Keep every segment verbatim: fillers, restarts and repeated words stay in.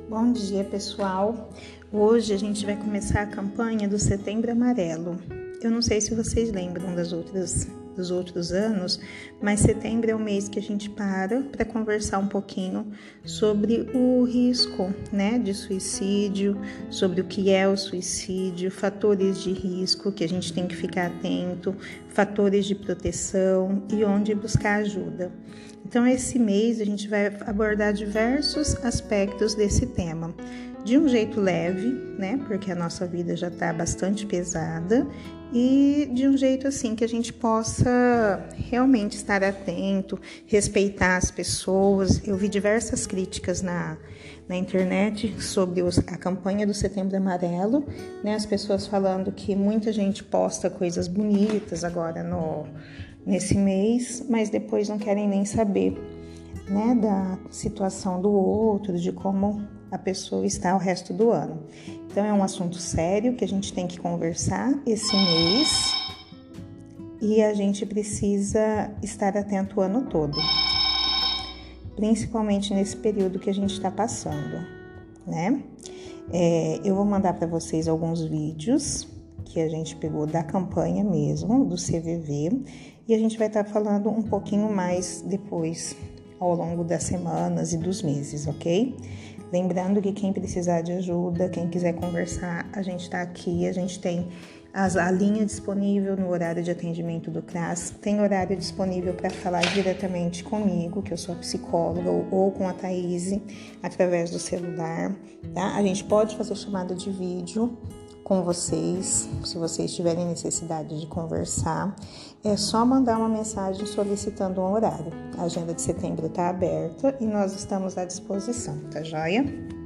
Bom dia, pessoal. Hoje a gente vai começar a campanha do Setembro Amarelo. Eu não sei se vocês lembram das outras, dos outros anos, mas setembro é o mês que a gente para para conversar um pouquinho sobre o risco, né, de suicídio, sobre o que é o suicídio, fatores de risco que a gente tem que ficar atento, fatores de proteção e onde buscar ajuda. Então, esse mês a gente vai abordar diversos aspectos desse tema, de um jeito leve, né, porque a nossa vida já está bastante pesada, e de um jeito assim que a gente possa realmente estar atento, respeitar as pessoas. Eu vi diversas críticas na, na internet sobre os, a campanha do Setembro Amarelo, né, as pessoas falando que muita gente posta coisas bonitas agora no... nesse mês, mas depois não querem nem saber, né, da situação do outro, de como a pessoa está o resto do ano. Então é um assunto sério que a gente tem que conversar esse mês e a gente precisa estar atento o ano todo, principalmente nesse período que a gente está passando, né? É, eu vou mandar para vocês alguns vídeos que a gente pegou da campanha mesmo, do C V V, e a gente vai estar falando um pouquinho mais depois, ao longo das semanas e dos meses, ok? Lembrando que quem precisar de ajuda, quem quiser conversar, a gente está aqui, a gente tem as, a linha disponível no horário de atendimento do C R A S, tem horário disponível para falar diretamente comigo, que eu sou a psicóloga, ou, ou com a Thaís, através do celular, tá? A gente pode fazer chamada de vídeo com vocês, se vocês tiverem necessidade de conversar, é só mandar uma mensagem solicitando um horário. A agenda de setembro está aberta e nós estamos à disposição, tá joia?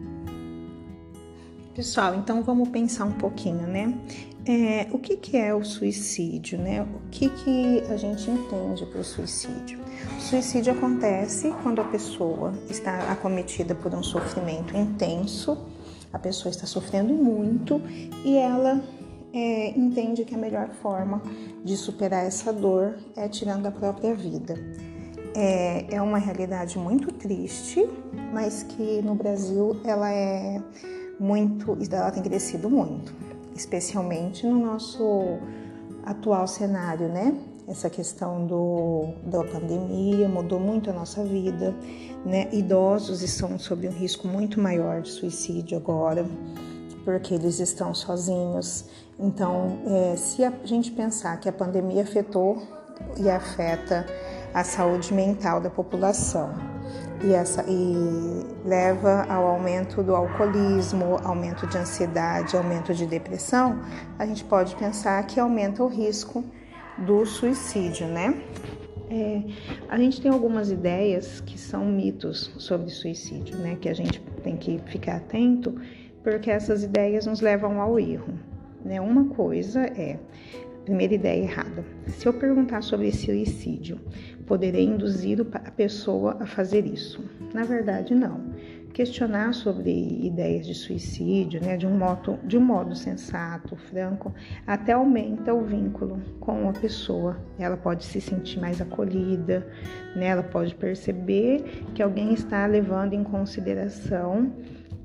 Pessoal, então vamos pensar um pouquinho, né? É, o que, que é o suicídio, né? O que, que a gente entende por suicídio? O suicídio acontece quando a pessoa está acometida por um sofrimento intenso. A pessoa está sofrendo muito e ela é, entende que a melhor forma de superar essa dor é tirando a própria vida. É, é uma realidade muito triste, mas que no Brasil ela é muito, ela tem crescido muito, especialmente no nosso atual cenário, né? Essa questão do, da pandemia mudou muito a nossa vida, né? Idosos estão sob um risco muito maior de suicídio agora, porque eles estão sozinhos. Então, é, se a gente pensar que a pandemia afetou e afeta a saúde mental da população e, essa, e leva ao aumento do alcoolismo, aumento de ansiedade, aumento de depressão, a gente pode pensar que aumenta o risco do suicídio, né? É, a gente tem algumas ideias que são mitos sobre suicídio, né? Que a gente tem que ficar atento, porque essas ideias nos levam ao erro, né? Uma coisa é, primeira ideia errada, se eu perguntar sobre suicídio, poderei induzir a pessoa a fazer isso? Na verdade, não. Questionar sobre ideias de suicídio, né, de um modo, de um modo sensato, franco, até aumenta o vínculo com a pessoa. Ela pode se sentir mais acolhida, né, ela pode perceber que alguém está levando em consideração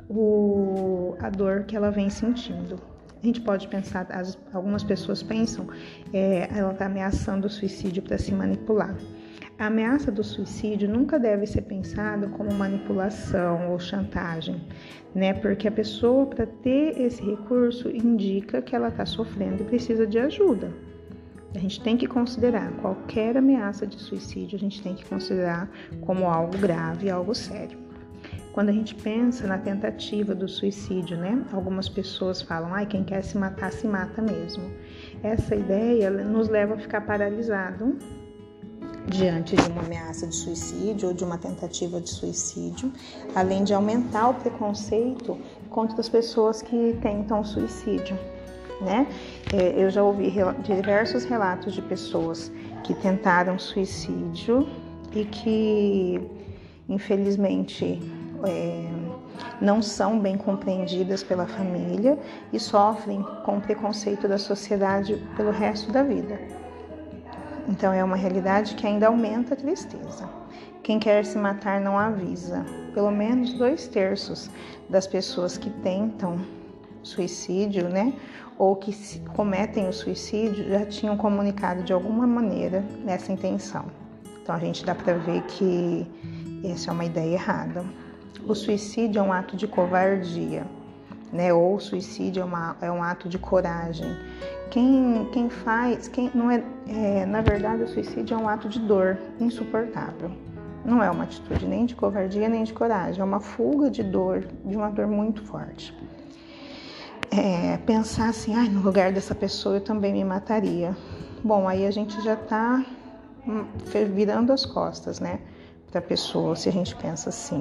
o, a dor que ela vem sentindo. A gente pode pensar, as, algumas pessoas pensam, é, ela está ameaçando o suicídio para se manipular. A ameaça do suicídio nunca deve ser pensada como manipulação ou chantagem, né? Porque a pessoa, para ter esse recurso, indica que ela está sofrendo e precisa de ajuda. A gente tem que considerar qualquer ameaça de suicídio, a gente tem que considerar como algo grave, algo sério. Quando a gente pensa na tentativa do suicídio, né? Algumas pessoas falam, ai, quem quer se matar, se mata mesmo. Essa ideia nos leva a ficar paralisado diante de uma ameaça de suicídio ou de uma tentativa de suicídio, além de aumentar o preconceito contra as pessoas que tentam suicídio, né? Eu já ouvi diversos relatos de pessoas que tentaram suicídio e que, infelizmente, é, não são bem compreendidas pela família e sofrem com o preconceito da sociedade pelo resto da vida. Então é uma realidade que ainda aumenta a tristeza. Quem quer se matar não avisa. Pelo menos dois terços das pessoas que tentam suicídio, né, ou que cometem o suicídio, já tinham comunicado de alguma maneira nessa intenção. Então a gente dá para ver que essa é uma ideia errada. O suicídio é um ato de covardia, né? Ou o suicídio é, uma, é um ato de coragem. Quem, quem faz, quem não é, é, na verdade, o suicídio é um ato de dor insuportável. Não é uma atitude nem de covardia nem de coragem, é uma fuga de dor, de uma dor muito forte. É, pensar assim, ai, no lugar dessa pessoa eu também me mataria. Bom, aí a gente já está virando as costas, né, para a pessoa, se a gente pensa assim.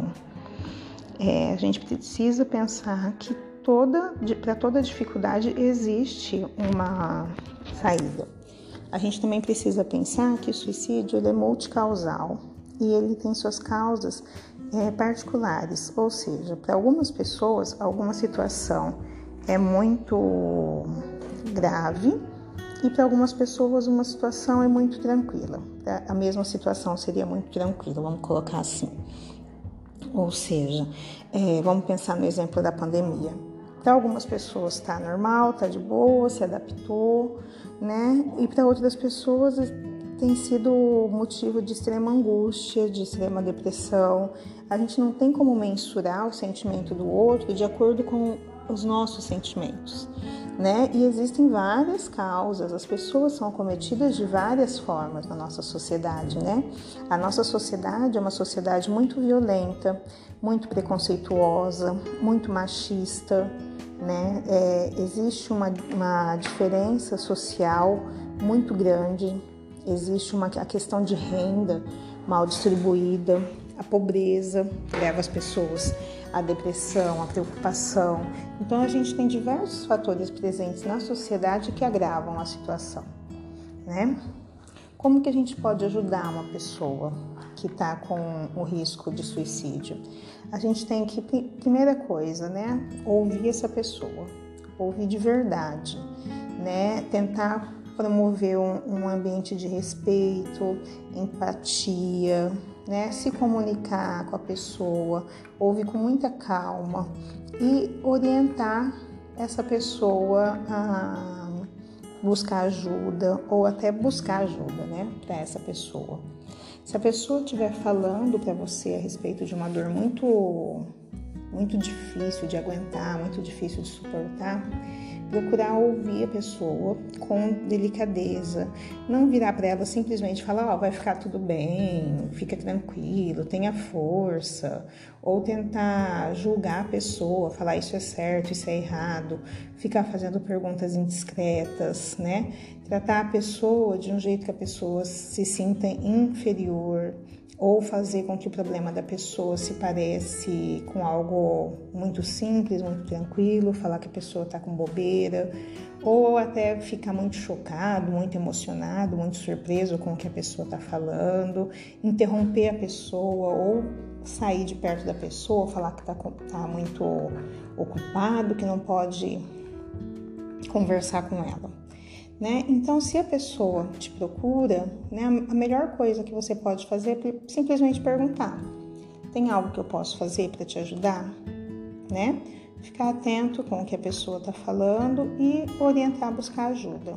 É, a gente precisa pensar que toda, para toda dificuldade existe uma saída. A gente também precisa pensar que o suicídio ele é multicausal e ele tem suas causas é, particulares, ou seja, para algumas pessoas, alguma situação é muito grave e para algumas pessoas uma situação é muito tranquila. A mesma situação seria muito tranquila, vamos colocar assim. Ou seja, é, vamos pensar no exemplo da pandemia. Para algumas pessoas está normal, está de boa, se adaptou, né? E para outras pessoas tem sido motivo de extrema angústia, de extrema depressão. A gente não tem como mensurar o sentimento do outro de acordo com os nossos sentimentos, né? E existem várias causas, as pessoas são acometidas de várias formas na nossa sociedade, né? A nossa sociedade é uma sociedade muito violenta, muito preconceituosa, muito machista, né? É, existe uma, uma diferença social muito grande, existe uma, a questão de renda mal distribuída, a pobreza leva as pessoas à depressão, à preocupação. Então a gente tem diversos fatores presentes na sociedade que agravam a situação, né? Como que a gente pode ajudar uma pessoa que está com o risco de suicídio? A gente tem que, primeira coisa, né, ouvir essa pessoa, ouvir de verdade, né, tentar promover um, um ambiente de respeito, empatia, né, se comunicar com a pessoa, ouvir com muita calma e orientar essa pessoa a buscar ajuda ou até buscar ajuda, né, para essa pessoa. Se a pessoa estiver falando para você a respeito de uma dor muito, muito difícil de aguentar, muito difícil de suportar, procurar ouvir a pessoa com delicadeza, não virar para ela simplesmente falar, ó, oh, vai ficar tudo bem, fica tranquilo, tenha força, ou tentar julgar a pessoa, falar isso é certo, isso é errado, ficar fazendo perguntas indiscretas, né? Tratar a pessoa de um jeito que a pessoa se sinta inferior, ou fazer com que o problema da pessoa se parece com algo muito simples, muito tranquilo, falar que a pessoa está com bobeira, ou até ficar muito chocado, muito emocionado, muito surpreso com o que a pessoa está falando, interromper a pessoa ou sair de perto da pessoa, falar que está tá muito ocupado, que não pode conversar com ela. Né? Então, se a pessoa te procura, né, a melhor coisa que você pode fazer é simplesmente perguntar: tem algo que eu posso fazer para te ajudar? Né? Ficar atento com o que a pessoa está falando e orientar a buscar ajuda.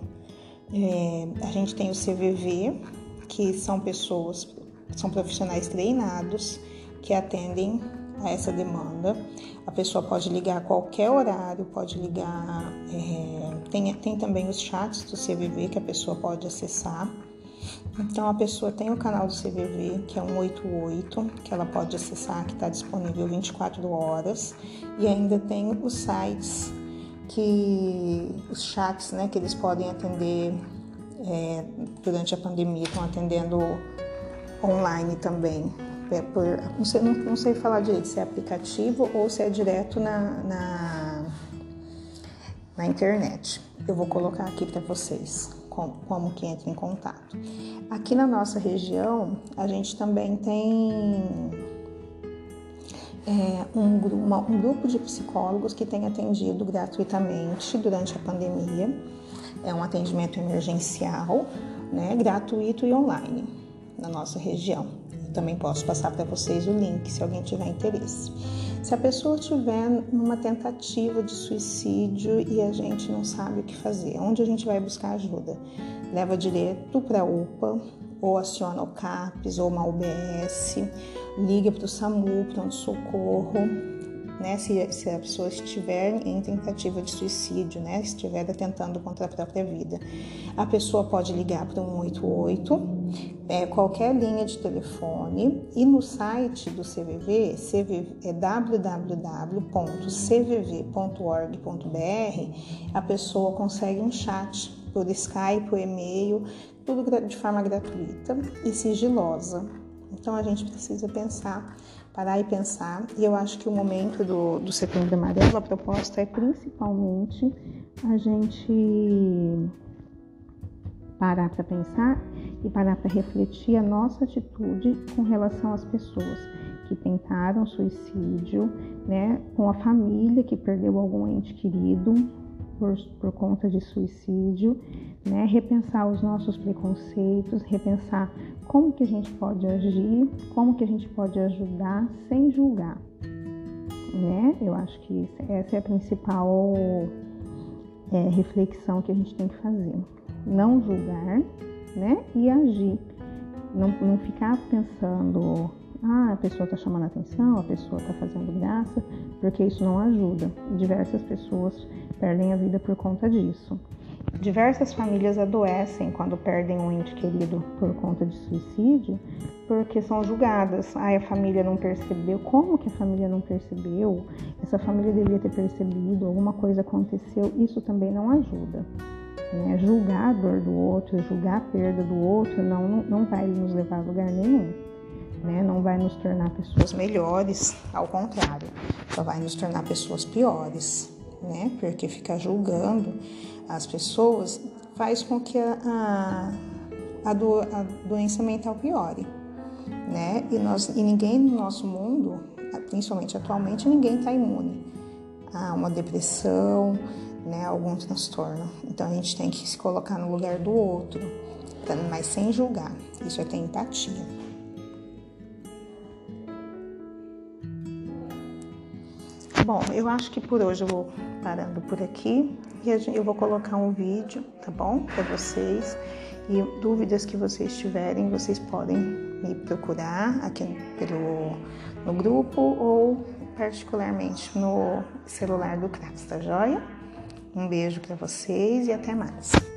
É, a gente tem o C V V, que são pessoas, são profissionais treinados que atendem a essa demanda. A pessoa pode ligar a qualquer horário, pode ligar, é, tem, tem também os chats do C V V que a pessoa pode acessar. Então a pessoa tem o canal do C V V, que é um oito oito, que ela pode acessar, que está disponível vinte e quatro horas, e ainda tem os sites, que os chats, né, que eles podem atender é, durante a pandemia, estão atendendo online também. É por, não, sei, não, não sei falar direito se é aplicativo ou se é direto na, na, na internet. Eu vou colocar aqui para vocês como, como que entra em contato. Aqui na nossa região, a gente também tem é, um, uma, um grupo de psicólogos que tem atendido gratuitamente durante a pandemia. É um atendimento emergencial, né, gratuito e online na nossa região. Eu também posso passar para vocês o link se alguém tiver interesse. Se a pessoa estiver numa tentativa de suicídio e a gente não sabe o que fazer, onde a gente vai buscar ajuda? Leva direto para a U P A, ou aciona o CAPS ou uma U B S, liga para o SAMU, pronto-socorro, né? Se, se a pessoa estiver em tentativa de suicídio, né? Estiver atentando contra a própria vida, a pessoa pode ligar para o um oito oito, é, qualquer linha de telefone, e no site do C V V, C V V é w w w ponto c v v ponto org ponto b r, a pessoa consegue um chat por Skype, por e-mail, tudo de forma gratuita e sigilosa. Então a gente precisa pensar, parar e pensar, e eu acho que o momento do, do Setembro Amarelo, a proposta é principalmente a gente parar para pensar e parar para refletir a nossa atitude com relação às pessoas que tentaram suicídio, né, com a família que perdeu algum ente querido por, por conta de suicídio, né, repensar os nossos preconceitos, repensar como que a gente pode agir, como que a gente pode ajudar sem julgar, né? Eu acho que essa é a principal é, reflexão que a gente tem que fazer. Não julgar, né? E agir. Não, não ficar pensando, ah, a pessoa está chamando a atenção, a pessoa está fazendo graça, porque isso não ajuda. Diversas pessoas perdem a vida por conta disso. Diversas famílias adoecem quando perdem um ente querido por conta de suicídio, porque são julgadas. Ah, a família não percebeu. Como que a família não percebeu? Essa família devia ter percebido, alguma coisa aconteceu. Isso também não ajuda. Né? Julgar a dor do outro, julgar a perda do outro, não, não, não vai nos levar a lugar nenhum. Né? Não vai nos tornar pessoas melhores, ao contrário, só vai nos tornar pessoas piores. Né? Porque ficar julgando as pessoas faz com que a, a, a, do, a doença mental piore, né? E, nós, e ninguém no nosso mundo, principalmente atualmente, ninguém está imune a uma depressão, né? Algum transtorno. Então a gente tem que se colocar no lugar do outro, mas sem julgar. Isso é ter empatia. Bom, eu acho que por hoje eu vou parando por aqui e eu vou colocar um vídeo, tá bom? Para vocês, e dúvidas que vocês tiverem, vocês podem me procurar aqui pelo, no grupo ou particularmente no celular do CRAS, tá joia? Um beijo para vocês e até mais.